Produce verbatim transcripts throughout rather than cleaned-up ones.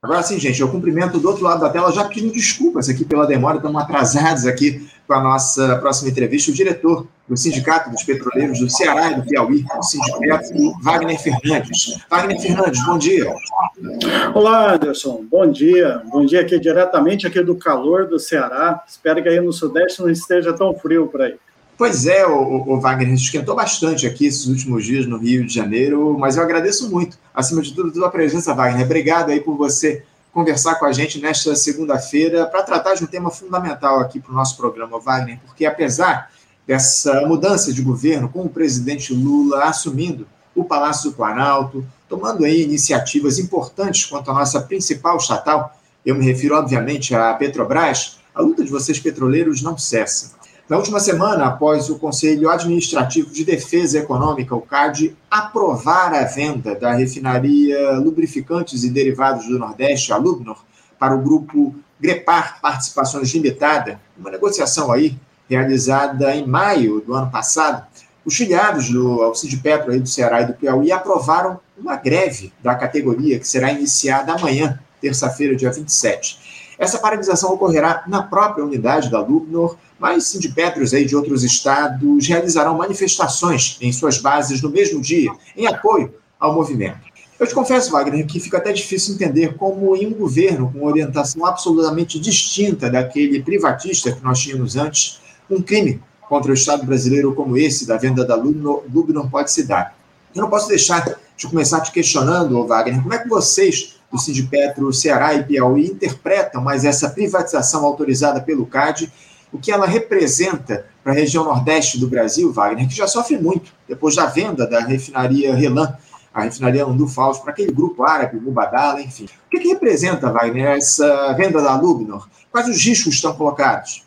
Agora sim, gente, eu cumprimento do outro lado da tela, já pedindo desculpas aqui pela demora, estamos atrasados aqui com a nossa próxima entrevista, o diretor do Sindicato dos Petroleiros do Ceará e do Piauí, o Sindicato, Wagner Fernandes. Wagner Fernandes, bom dia. Olá, Anderson, bom dia. Bom dia aqui diretamente aqui do calor do Ceará. Espero que aí no Sudeste não esteja tão frio por aí. Pois é, o, o Wagner, esquentou bastante aqui esses últimos dias no Rio de Janeiro, mas eu agradeço muito, acima de tudo, a tua presença, Wagner. Obrigado aí por você conversar com a gente nesta segunda-feira para tratar de um tema fundamental aqui para o nosso programa, Wagner, porque apesar dessa mudança de governo, com o presidente Lula assumindo o Palácio do Planalto, tomando aí iniciativas importantes quanto à nossa principal estatal, eu me refiro, obviamente, à Petrobras, a luta de vocês petroleiros não cessa. Na última semana, após o Conselho Administrativo de Defesa Econômica, o C A D, aprovar a venda da refinaria Lubrificantes e Derivados do Nordeste, a Lubnor, para o grupo Grepar Participações Limitada, uma negociação aí realizada em maio do ano passado, os filiados do Sindipetro aí do Ceará e do Piauí aprovaram uma greve da categoria que será iniciada amanhã, terça-feira, dia vinte e sete. Essa paralisação ocorrerá na própria unidade da Lubnor, mas sindipetros aí de outros estados realizarão manifestações em suas bases no mesmo dia, em apoio ao movimento. Eu te confesso, Wagner, que fica até difícil entender como em um governo com orientação absolutamente distinta daquele privatista que nós tínhamos antes, um crime contra o Estado brasileiro como esse, da venda da Lubnor, Lubnor pode se dar. Eu não posso deixar de começar te questionando, Wagner, como é que vocês, do Sindipetro, Ceará e Piauí, interpretam mais essa privatização autorizada pelo C A D, o que ela representa para a região nordeste do Brasil, Wagner, que já sofre muito depois da venda da refinaria Relan, a refinaria Landu Falso, para aquele grupo árabe, Mubadala, enfim. O que, que representa, Wagner, essa venda da Lubnor? Quais os riscos estão colocados?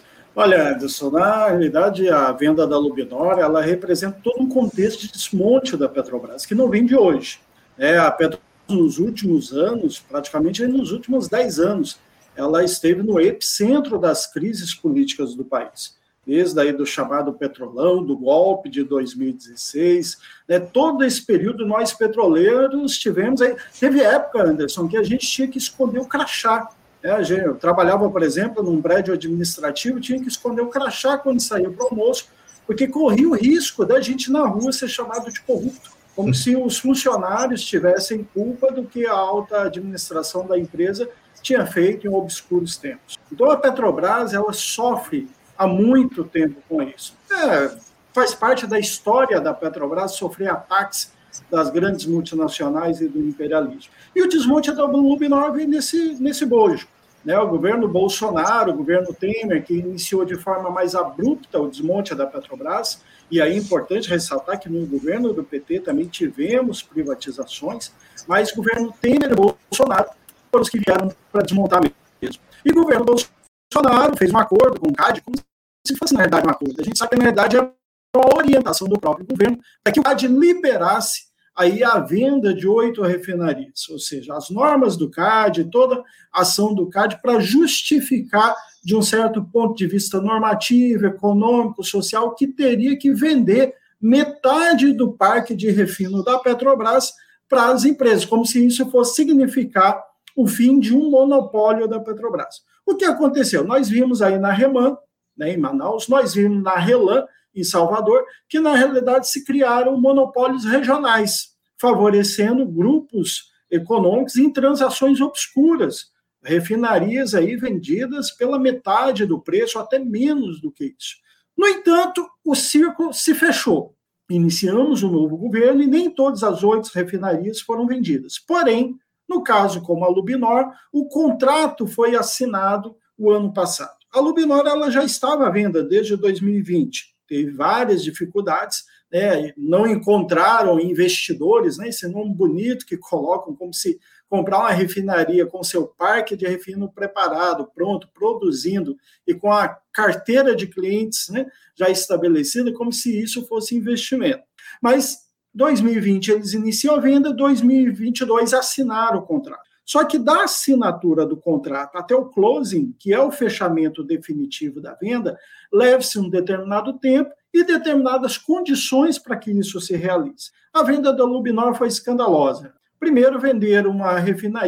Olha, Anderson, na realidade, a venda da Lubnor, ela representa todo um contexto de desmonte da Petrobras, que não vem de hoje. É, a Petrobras, nos últimos anos, praticamente nos últimos dez anos, ela esteve no epicentro das crises políticas do país, desde aí do chamado Petrolão, do golpe de dois mil e dezesseis, né, todo esse período nós petroleiros tivemos, aí, teve época, Anderson, que a gente tinha que esconder o crachá, né, a gente, eu trabalhava, por exemplo, num prédio administrativo, tinha que esconder o crachá quando saía para o almoço, porque corria o risco da gente na rua ser chamado de corrupto, como se os funcionários tivessem culpa do que a alta administração da empresa tinha feito em obscuros tempos. Então, a Petrobras, ela sofre há muito tempo com isso. É, faz parte da história da Petrobras sofrer ataques das grandes multinacionais e do imperialismo. E o desmonte da Lubnor vem nesse, nesse bojo. Né? O governo Bolsonaro, o governo Temer, que iniciou de forma mais abrupta o desmonte da Petrobras, e aí é importante ressaltar que no governo do P T também tivemos privatizações, mas o governo Temer e Bolsonaro foram os que vieram para desmontar mesmo. E o governo Bolsonaro fez um acordo com o C A D, como se fosse, na verdade, um acordo. A gente sabe que, na verdade, é uma orientação do próprio governo para que o C A D liberasse aí a venda de oito refinarias, ou seja, as normas do C A D, toda a ação do C A D para justificar, de um certo ponto de vista normativo, econômico, social, que teria que vender metade do parque de refino da Petrobras para as empresas, como se isso fosse significar o fim de um monopólio da Petrobras. O que aconteceu? Nós vimos aí na Reman, né, em Manaus, nós vimos na Relan, em Salvador, que na realidade se criaram monopólios regionais, favorecendo grupos econômicos em transações obscuras, refinarias aí vendidas pela metade do preço, até menos do que isso. No entanto, o círculo se fechou. Iniciamos um novo governo e nem todas as oito refinarias foram vendidas. Porém, no caso como a Lubnor, o contrato foi assinado o ano passado. A Lubnor ela já estava à venda desde dois mil e vinte. Teve várias dificuldades, né, não encontraram investidores, né, esse nome bonito que colocam como se comprar uma refinaria com seu parque de refino preparado, pronto, produzindo, e com a carteira de clientes, né, já estabelecida, como se isso fosse investimento. Mas dois mil e vinte eles iniciam a venda, dois mil e vinte e dois assinaram o contrato. Só que da assinatura do contrato até o closing, que é o fechamento definitivo da venda, leva-se um determinado tempo e determinadas condições para que isso se realize. A venda da Lubnor foi escandalosa. Primeiro, venderam uma refinaria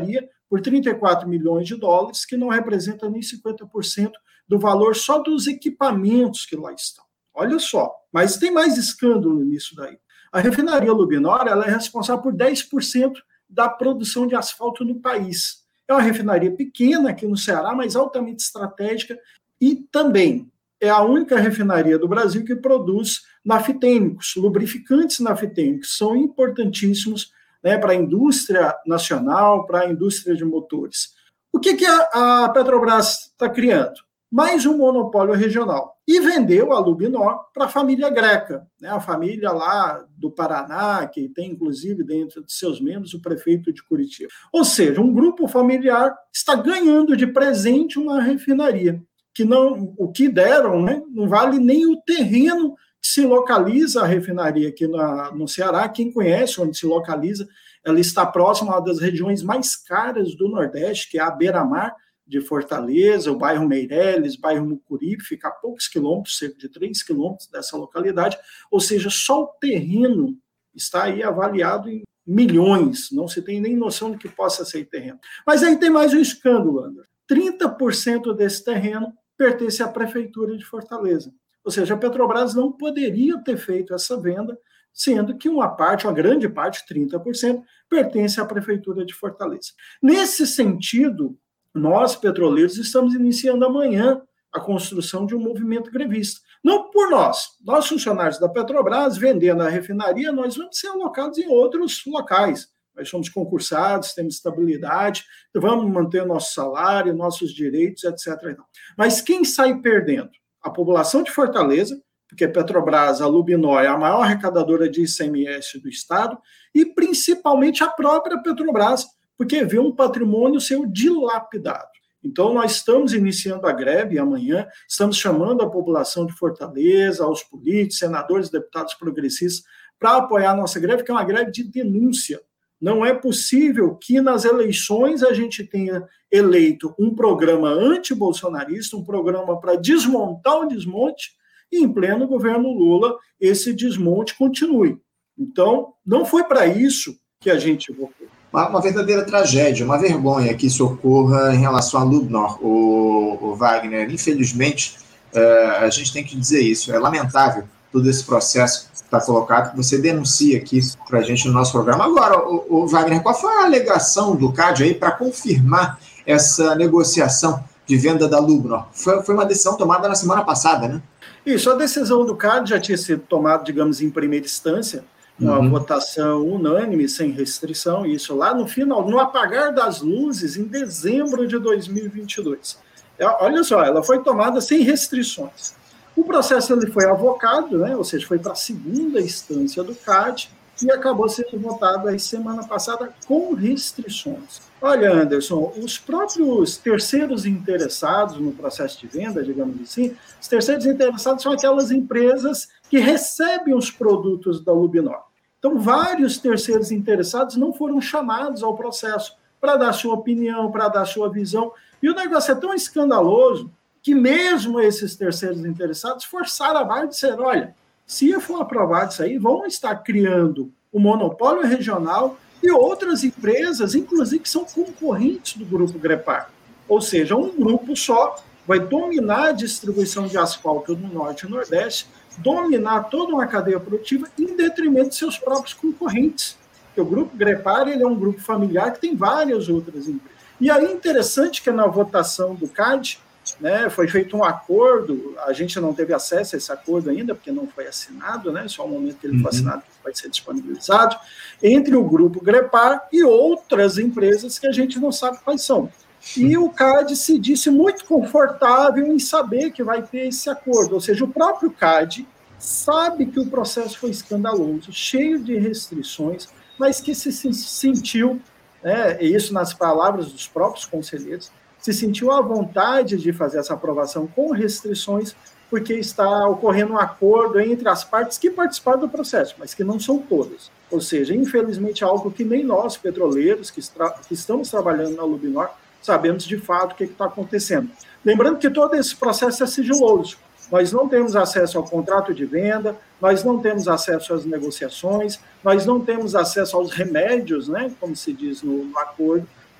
por trinta e quatro milhões de dólares, que não representa nem cinquenta por cento do valor só dos equipamentos que lá estão. Olha só, mas tem mais escândalo nisso daí. A refinaria Lubinor, ela é responsável por dez por cento da produção de asfalto no país. É uma refinaria pequena aqui no Ceará, mas altamente estratégica, e também é a única refinaria do Brasil que produz naftênicos, lubrificantes naftênicos, são importantíssimos, né, para a indústria nacional, para a indústria de motores. O que, que a, a Petrobras está criando? Mais um monopólio regional. E vendeu a Lubinor para a família Greca, né, a família lá do Paraná, que tem, inclusive, dentro de seus membros, o prefeito de Curitiba. Ou seja, um grupo familiar está ganhando de presente uma refinaria, que não, o que deram, né, não vale nem o terreno que se localiza a refinaria aqui na, no Ceará. Quem conhece onde se localiza, ela está próxima a uma das regiões mais caras do Nordeste, que é a beira-mar de Fortaleza, o bairro Meireles, bairro Mucuripe, fica a poucos quilômetros, cerca de três quilômetros dessa localidade, ou seja, só o terreno está aí avaliado em milhões, não se tem nem noção de que possa ser terreno. Mas aí tem mais um escândalo, André. trinta por cento desse terreno pertence à Prefeitura de Fortaleza. Ou seja, a Petrobras não poderia ter feito essa venda, sendo que uma parte, uma grande parte, trinta por cento, pertence à Prefeitura de Fortaleza. Nesse sentido, nós, petroleiros, estamos iniciando amanhã a construção de um movimento grevista. Não por nós, nós funcionários da Petrobras, vendendo a refinaria, nós vamos ser alocados em outros locais. Nós somos concursados, temos estabilidade, vamos manter nosso salário, nossos direitos, etcétera. Mas quem sai perdendo? A população de Fortaleza, porque a Petrobras, a Lubinor, é a maior arrecadadora de I C M S do Estado, e principalmente a própria Petrobras, porque vê um patrimônio seu dilapidado. Então, nós estamos iniciando a greve amanhã, estamos chamando a população de Fortaleza, aos políticos, senadores, deputados progressistas, para apoiar a nossa greve, que é uma greve de denúncia. Não é possível que nas eleições a gente tenha eleito um programa anti-bolsonarista, um programa para desmontar o desmonte, e em pleno governo Lula esse desmonte continue. Então, não foi para isso que a gente votou. Uma, uma verdadeira tragédia, uma vergonha que isso ocorra em relação a Lubinor, o, o Wagner. Infelizmente, é, a gente tem que dizer isso. É lamentável todo esse processo que está colocado, que você denuncia aqui para a gente no nosso programa. Agora, o, o Wagner, qual foi a alegação do C A D aí para confirmar essa negociação de venda da Lubinor? Foi, foi uma decisão tomada na semana passada, né? Isso, a decisão do C A D já tinha sido tomada, digamos, em primeira instância, uma uhum. votação unânime, sem restrição, isso lá no final, no apagar das luzes, em dezembro de dois mil e vinte e dois. Olha só, ela foi tomada sem restrições. O processo ele foi avocado, né, ou seja, foi para a segunda instância do C A D e acabou sendo votado aí semana passada com restrições. Olha, Anderson, os próprios terceiros interessados no processo de venda, digamos assim, os terceiros interessados são aquelas empresas que recebem os produtos da Lubinor. Então, vários terceiros interessados não foram chamados ao processo para dar sua opinião, para dar sua visão. E o negócio é tão escandaloso que mesmo esses terceiros interessados forçaram a barra de dizer, olha, se for aprovado isso aí, vão estar criando um monopólio regional e outras empresas, inclusive, que são concorrentes do Grupo Grepar. Ou seja, um grupo só vai dominar a distribuição de asfalto no Norte e Nordeste, dominar toda uma cadeia produtiva em detrimento de seus próprios concorrentes. Porque o Grupo Grepar ele é um grupo familiar que tem várias outras empresas. E aí é interessante que na votação do C A D, né, foi feito um acordo, a gente não teve acesso a esse acordo ainda, porque não foi assinado, né, só no momento que ele uhum. for assinado vai ser disponibilizado, entre o Grupo Grepar e outras empresas que a gente não sabe quais são. E o C A D se disse muito confortável em saber que vai ter esse acordo, ou seja, o próprio C A D sabe que o processo foi escandaloso, cheio de restrições, mas que se sentiu, né, e isso nas palavras dos próprios conselheiros, se sentiu à vontade de fazer essa aprovação com restrições, porque está ocorrendo um acordo entre as partes que participaram do processo, mas que não são todas. Ou seja, infelizmente, algo que nem nós, petroleiros, que, que estamos trabalhando na Lubinor, sabemos de fato o que está acontecendo. Lembrando que todo esse processo é sigiloso. Nós não temos acesso ao contrato de venda, nós não temos acesso às negociações, nós não temos acesso aos remédios, né, como se diz no, no acordo,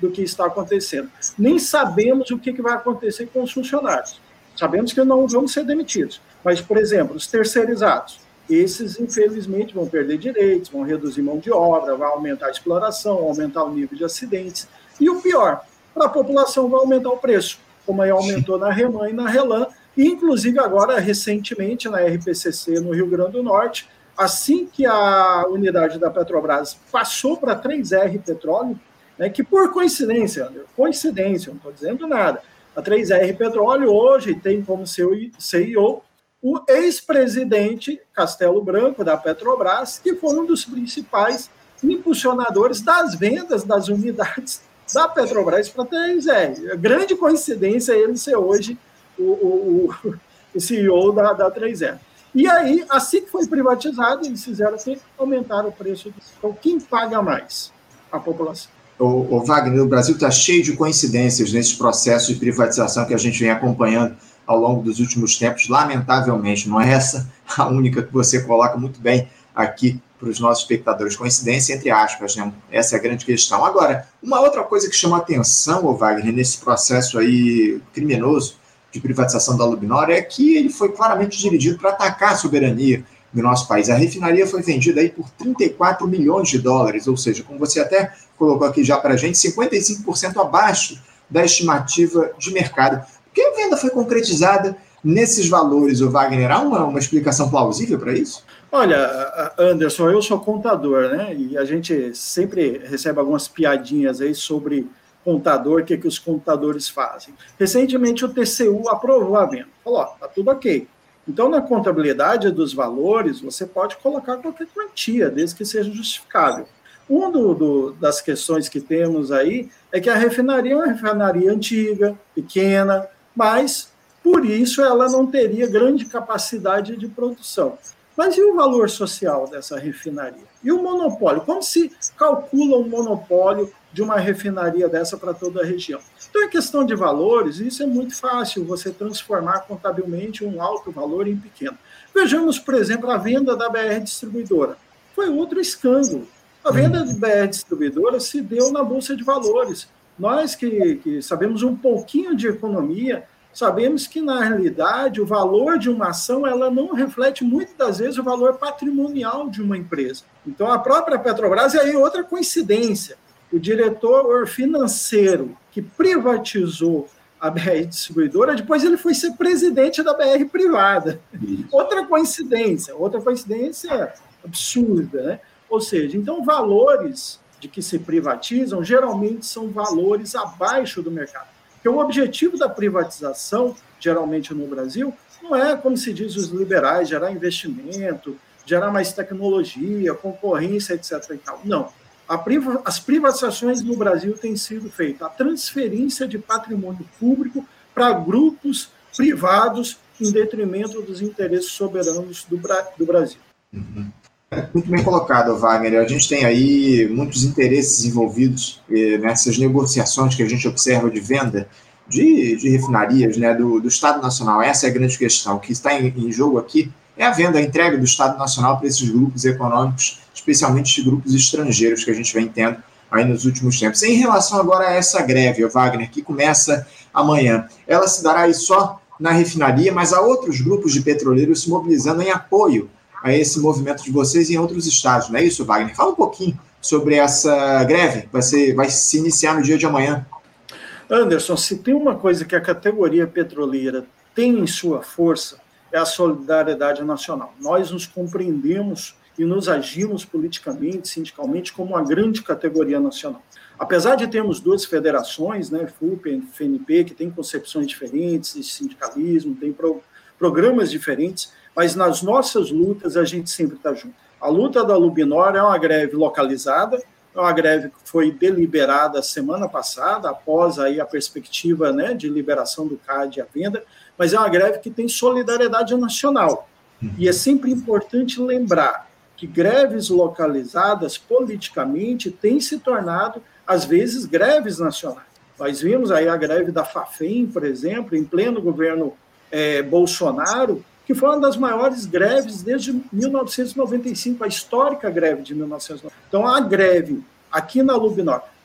do que está acontecendo. Nem sabemos o que vai acontecer com os funcionários. Sabemos que não vão ser demitidos. Mas, por exemplo, os terceirizados, esses, infelizmente, vão perder direitos, vão reduzir mão de obra, vai aumentar a exploração, aumentar o nível de acidentes. E o pior, para a população vai aumentar o preço, como aí aumentou na Reman e na Relan, e inclusive agora, recentemente, na R P C C no Rio Grande do Norte, assim que a unidade da Petrobras passou para a três R Petróleo, né, que por coincidência, coincidência, não estou dizendo nada, a três R Petróleo hoje tem como seu C E O o ex-presidente Castelo Branco, da Petrobras, que foi um dos principais impulsionadores das vendas das unidades da Petrobras para a três R. Grande coincidência ele ser hoje o, o, o C E O da, da três R. E aí, assim que foi privatizado, eles fizeram que aumentar o preço. Então, quem paga mais? A população. O, o Wagner, o Brasil está cheio de coincidências nesses processos de privatização que a gente vem acompanhando ao longo dos últimos tempos, lamentavelmente. Não é essa a única que você coloca muito bem aqui para os nossos espectadores. Coincidência entre aspas, né? Essa é a grande questão. Agora, uma outra coisa que chamou a atenção, o Wagner, nesse processo aí criminoso de privatização da Lubnor é que ele foi claramente dirigido para atacar a soberania do nosso país. A refinaria foi vendida aí por trinta e quatro milhões de dólares, ou seja, como você até colocou aqui já para a gente, cinquenta e cinco por cento abaixo da estimativa de mercado. Por que a venda foi concretizada nesses valores, o Wagner? Há uma, uma explicação plausível para isso? Olha, Anderson, eu sou contador, né? E a gente sempre recebe algumas piadinhas aí sobre contador, o que, que os contadores fazem. Recentemente, o T C U aprovou a venda. Falou, ó, tá tudo ok. Então, na contabilidade dos valores, você pode colocar qualquer quantia, desde que seja justificável. Uma do, do, das questões que temos aí é que a refinaria é uma refinaria antiga, pequena, mas, por isso, ela não teria grande capacidade de produção. Mas e o valor social dessa refinaria? E o monopólio? Como se calcula um monopólio de uma refinaria dessa para toda a região? Então, em questão de valores, isso é muito fácil, você transformar contabilmente um alto valor em pequeno. Vejamos, por exemplo, a venda da B R Distribuidora. Foi outro escândalo. A venda da B R Distribuidora se deu na Bolsa de Valores. Nós que, que sabemos um pouquinho de economia, sabemos que, na realidade, o valor de uma ação ela não reflete, muitas das vezes, o valor patrimonial de uma empresa. Então, a própria Petrobras, e aí outra coincidência, o diretor financeiro que privatizou a B R Distribuidora, depois ele foi ser presidente da B R privada. Isso. Outra coincidência, outra coincidência absurda, né? Ou seja, então, valores de que se privatizam, geralmente são valores abaixo do mercado. Porque o objetivo da privatização, geralmente no Brasil, não é, como se diz os liberais, gerar investimento, gerar mais tecnologia, concorrência, etcétera. E tal. Não. A priva- as privatizações no Brasil têm sido feitas a transferência de patrimônio público para grupos privados em detrimento dos interesses soberanos do, Bra- do Brasil. Uhum. Muito bem colocado, Wagner. A gente tem aí muitos interesses envolvidos eh, nessas negociações que a gente observa de venda de, de refinarias, né, do, do Estado Nacional. Essa é a grande questão. O que está em, em jogo aqui é a venda, a entrega do Estado Nacional para esses grupos econômicos, especialmente de grupos estrangeiros que a gente vem tendo aí nos últimos tempos. Em relação agora a essa greve, Wagner, que começa amanhã, ela se dará aí só na refinaria, mas há outros grupos de petroleiros se mobilizando em apoio a esse movimento de vocês em outros estados, não é isso, Wagner? Fala um pouquinho sobre essa greve que vai, ser, vai se iniciar no dia de amanhã. Anderson, se tem uma coisa que a categoria petroleira tem em sua força, é a solidariedade nacional. Nós nos compreendemos e nos agimos politicamente, sindicalmente, como uma grande categoria nacional. Apesar de termos duas federações, né, F U P e F N P, que têm concepções diferentes de sindicalismo, têm pro, programas diferentes, mas nas nossas lutas a gente sempre está junto. A luta da Lubnor é uma greve localizada, é uma greve que foi deliberada semana passada, após aí a perspectiva, né, de liberação do C A D e a venda, mas é uma greve que tem solidariedade nacional. E é sempre importante lembrar que greves localizadas politicamente têm se tornado, às vezes, greves nacionais. Nós vimos aí a greve da Fafem, por exemplo, em pleno governo é, Bolsonaro, que foi uma das maiores greves desde mil novecentos e noventa e cinco, a histórica greve de mil novecentos e noventa e cinco. Então, a greve aqui na Lubnor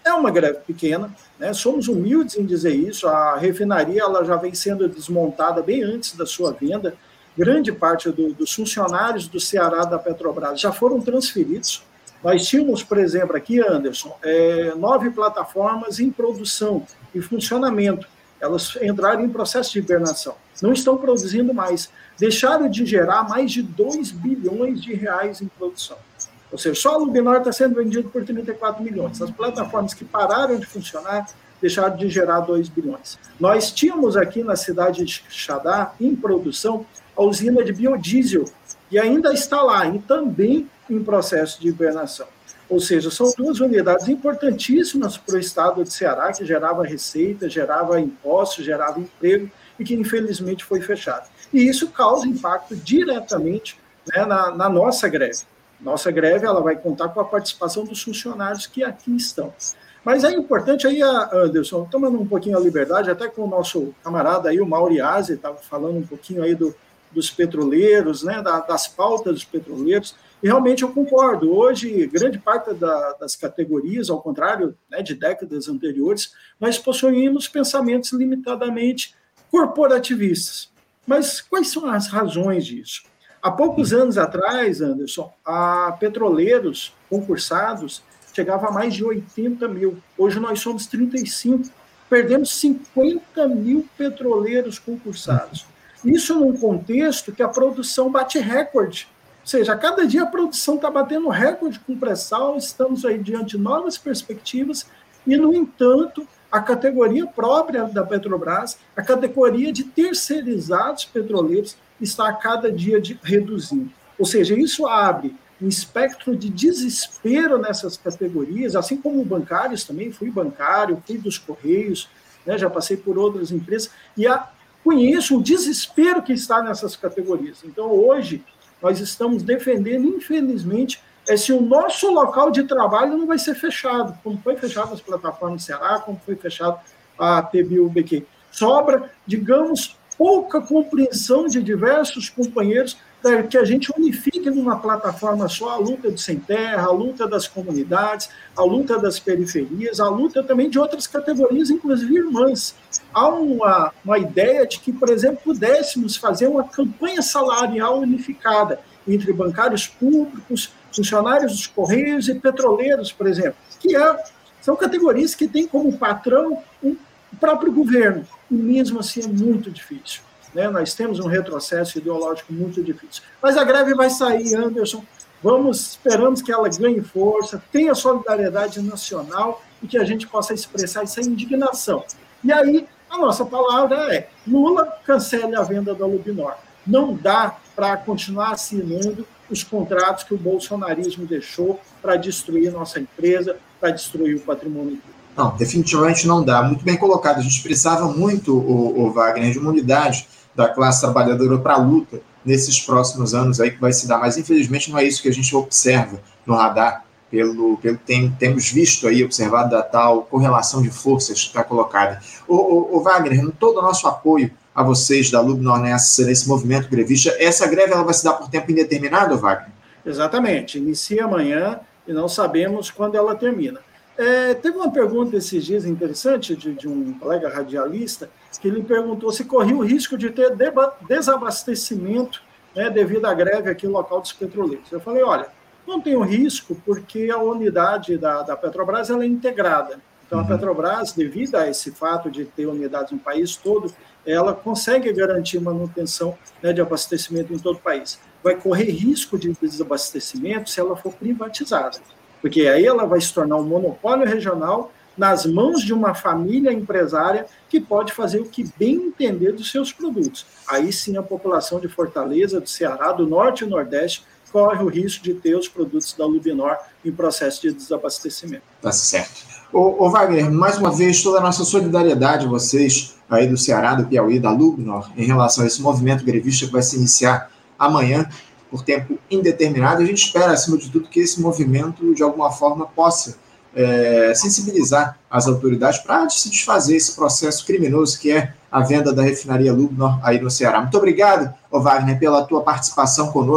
É uma greve pequena, né? Somos humildes em dizer isso. A refinaria ela já vem sendo desmontada bem antes da sua venda. Grande parte do, dos funcionários do Ceará da Petrobras já foram transferidos. Nós tínhamos, por exemplo, aqui, Anderson, é, nove plataformas em produção, em funcionamento. Elas entraram em processo de hibernação. Não estão produzindo mais. Deixaram de gerar mais de dois bilhões de reais em produção. Ou seja, só a Lubinor está sendo vendido por trinta e quatro milhões. As plataformas que pararam de funcionar deixaram de gerar dois bilhões. Nós tínhamos aqui na cidade de Quixadá, em produção, a usina de biodiesel, e ainda está lá, e também em processo de hibernação. Ou seja, são duas unidades importantíssimas para o estado de Ceará, que gerava receita, gerava impostos, gerava emprego, e que infelizmente foi fechado. E isso causa impacto diretamente, né, na, na nossa greve. Nossa greve ela vai contar com a participação dos funcionários que aqui estão. Mas é importante aí, Anderson, tomando um pouquinho a liberdade, até com o nosso camarada aí, o Mauriase, estava falando um pouquinho aí do, dos petroleiros, né, da, das pautas dos petroleiros, e realmente eu concordo. Hoje, grande parte da, das categorias, ao contrário, né, de décadas anteriores, nós possuímos pensamentos limitadamente corporativistas. Mas quais são as razões disso? Há poucos anos atrás, Anderson, a petroleiros concursados chegava a mais de oitenta mil. Hoje nós somos trinta e cinco. Perdemos cinquenta mil petroleiros concursados. Isso num contexto que a produção bate recorde. Ou seja, a cada dia a produção está batendo recorde com pré-sal, estamos aí diante de novas perspectivas e, no entanto, a categoria própria da Petrobras, a categoria de terceirizados petroleiros, está a cada dia de, reduzindo. Ou seja, isso abre um espectro de desespero nessas categorias, assim como bancários também, fui bancário, fui dos Correios, né, já passei por outras empresas, e a, conheço o desespero que está nessas categorias. Então, hoje, nós estamos defendendo, infelizmente, é se o nosso local de trabalho não vai ser fechado, como foi fechado as plataformas do Ceará, como foi fechado a T B U B Q. Sobra, digamos, pouca compreensão de diversos companheiros para que a gente unifique numa plataforma só a luta do sem terra, a luta das comunidades, a luta das periferias, a luta também de outras categorias, inclusive irmãs. Há uma, uma ideia de que, por exemplo, pudéssemos fazer uma campanha salarial unificada entre bancários públicos, funcionários dos Correios e petroleiros, por exemplo, que é, são categorias que têm como patrão um, o próprio governo, e mesmo assim é muito difícil. Né? Nós temos um retrocesso ideológico muito difícil. Mas a greve vai sair, Anderson, vamos, esperamos que ela ganhe força, tenha solidariedade nacional e que a gente possa expressar essa indignação. E aí, a nossa palavra é, Lula cancele a venda da Lubinor. Não dá para continuar assinando os contratos que o bolsonarismo deixou para destruir nossa empresa, para destruir o patrimônio público. Não, definitivamente não dá. Muito bem colocado. A gente precisava muito, o, o Wagner, de uma unidade da classe trabalhadora para a luta nesses próximos anos aí que vai se dar. Mas, infelizmente, não é isso que a gente observa no radar, pelo, pelo tem, temos visto aí, observado a tal correlação de forças que está colocada. O, o, o Wagner, todo o nosso apoio a vocês da Lubnor nessa, nesse movimento grevista. Essa greve ela vai se dar por tempo indeterminado, Wagner? Exatamente. Inicia amanhã e não sabemos quando ela termina. É, teve uma pergunta esses dias interessante de, de um colega radialista que ele perguntou se corria o risco de ter desabastecimento, né, devido à greve aqui no local dos petroleiros. Eu falei, olha, não tem o risco porque a unidade da, da Petrobras ela é integrada. Então, a Petrobras, devido a esse fato de ter unidades no país todo, ela consegue garantir manutenção, né, de abastecimento em todo o país. Vai correr risco de desabastecimento se ela for privatizada, porque aí ela vai se tornar um monopólio regional nas mãos de uma família empresária que pode fazer o que bem entender dos seus produtos. Aí sim a população de Fortaleza, do Ceará, do Norte e Nordeste corre o risco de ter os produtos da Lubinor em processo de desabastecimento. Tá certo. Ô, ô Wagner, mais uma vez, toda a nossa solidariedade a vocês aí do Ceará, do Piauí, da Lubnor, em relação a esse movimento grevista que vai se iniciar amanhã, por tempo indeterminado. A gente espera, acima de tudo, que esse movimento, de alguma forma, possa é, sensibilizar as autoridades para se desfazer esse processo criminoso que é a venda da refinaria Lubnor aí no Ceará. Muito obrigado, ô Wagner, pela tua participação conosco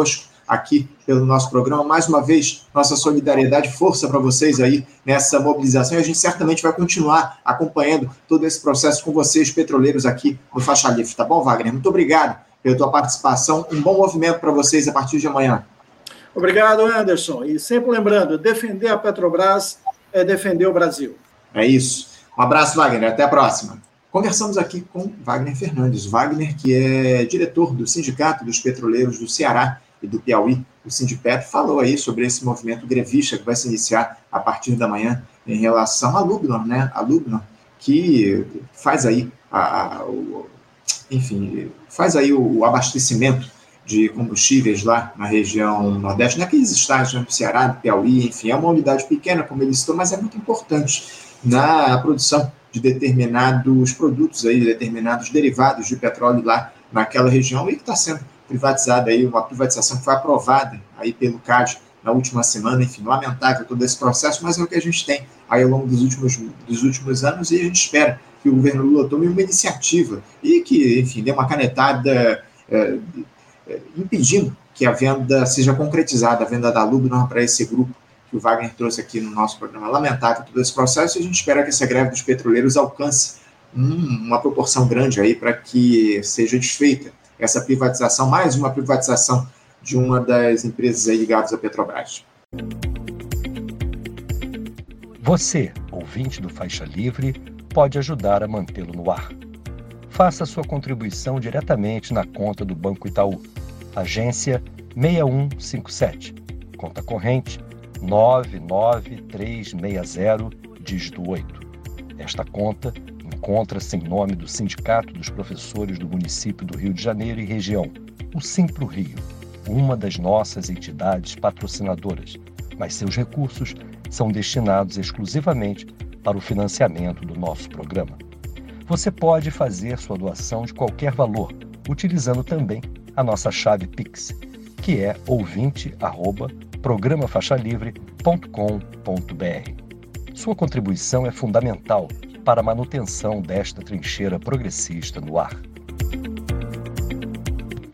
aqui pelo nosso programa. Mais uma vez, nossa solidariedade, força para vocês aí nessa mobilização, e a gente certamente vai continuar acompanhando todo esse processo com vocês, petroleiros, aqui no Faixa Livre. Tá bom, Wagner? Muito obrigado pela tua participação. Um bom movimento para vocês a partir de amanhã. Obrigado, Anderson. E sempre lembrando, defender a Petrobras é defender o Brasil. É isso. Um abraço, Wagner. Até a próxima. Conversamos aqui com Wagner Fernandes. Wagner, que é diretor do Sindicato dos Petroleiros do Ceará e do Piauí, o Sindipetro, falou aí sobre esse movimento grevista que vai se iniciar a partir da manhã em relação à Lubnor, né? A Lubnor, que faz aí, a, a, o, enfim, faz aí o, o abastecimento de combustíveis lá na região nordeste, naqueles estados, né, do Ceará, do Piauí, enfim, é uma unidade pequena, como ele citou, mas é muito importante na produção de determinados produtos aí, determinados derivados de petróleo lá naquela região, e que está sendo privatizada aí, uma privatização que foi aprovada aí pelo C A D na última semana. Enfim, lamentável todo esse processo, mas é o que a gente tem aí ao longo dos últimos, dos últimos anos, e a gente espera que o governo Lula tome uma iniciativa e que, enfim, dê uma canetada é, é, impedindo que a venda seja concretizada, a venda da Lubnor para esse grupo que o Wagner trouxe aqui no nosso programa. Lamentável todo esse processo, e a gente espera que essa greve dos petroleiros alcance hum, uma proporção grande aí para que seja desfeita essa privatização, mais uma privatização de uma das empresas aí ligadas à Petrobras. Você, ouvinte do Faixa Livre, pode ajudar a mantê-lo no ar. Faça sua contribuição diretamente na conta do Banco Itaú, agência seis um cinco sete, conta corrente nove nove três seis zero, dígito oito. Esta conta encontra-se em nome do Sindicato dos Professores do Município do Rio de Janeiro e região, o Simpro Rio, uma das nossas entidades patrocinadoras, mas seus recursos são destinados exclusivamente para o financiamento do nosso programa. Você pode fazer sua doação de qualquer valor, utilizando também a nossa chave Pix, que é ouvinte arroba programa faixa livre ponto com ponto br. Sua contribuição é fundamental para a manutenção desta trincheira progressista no ar.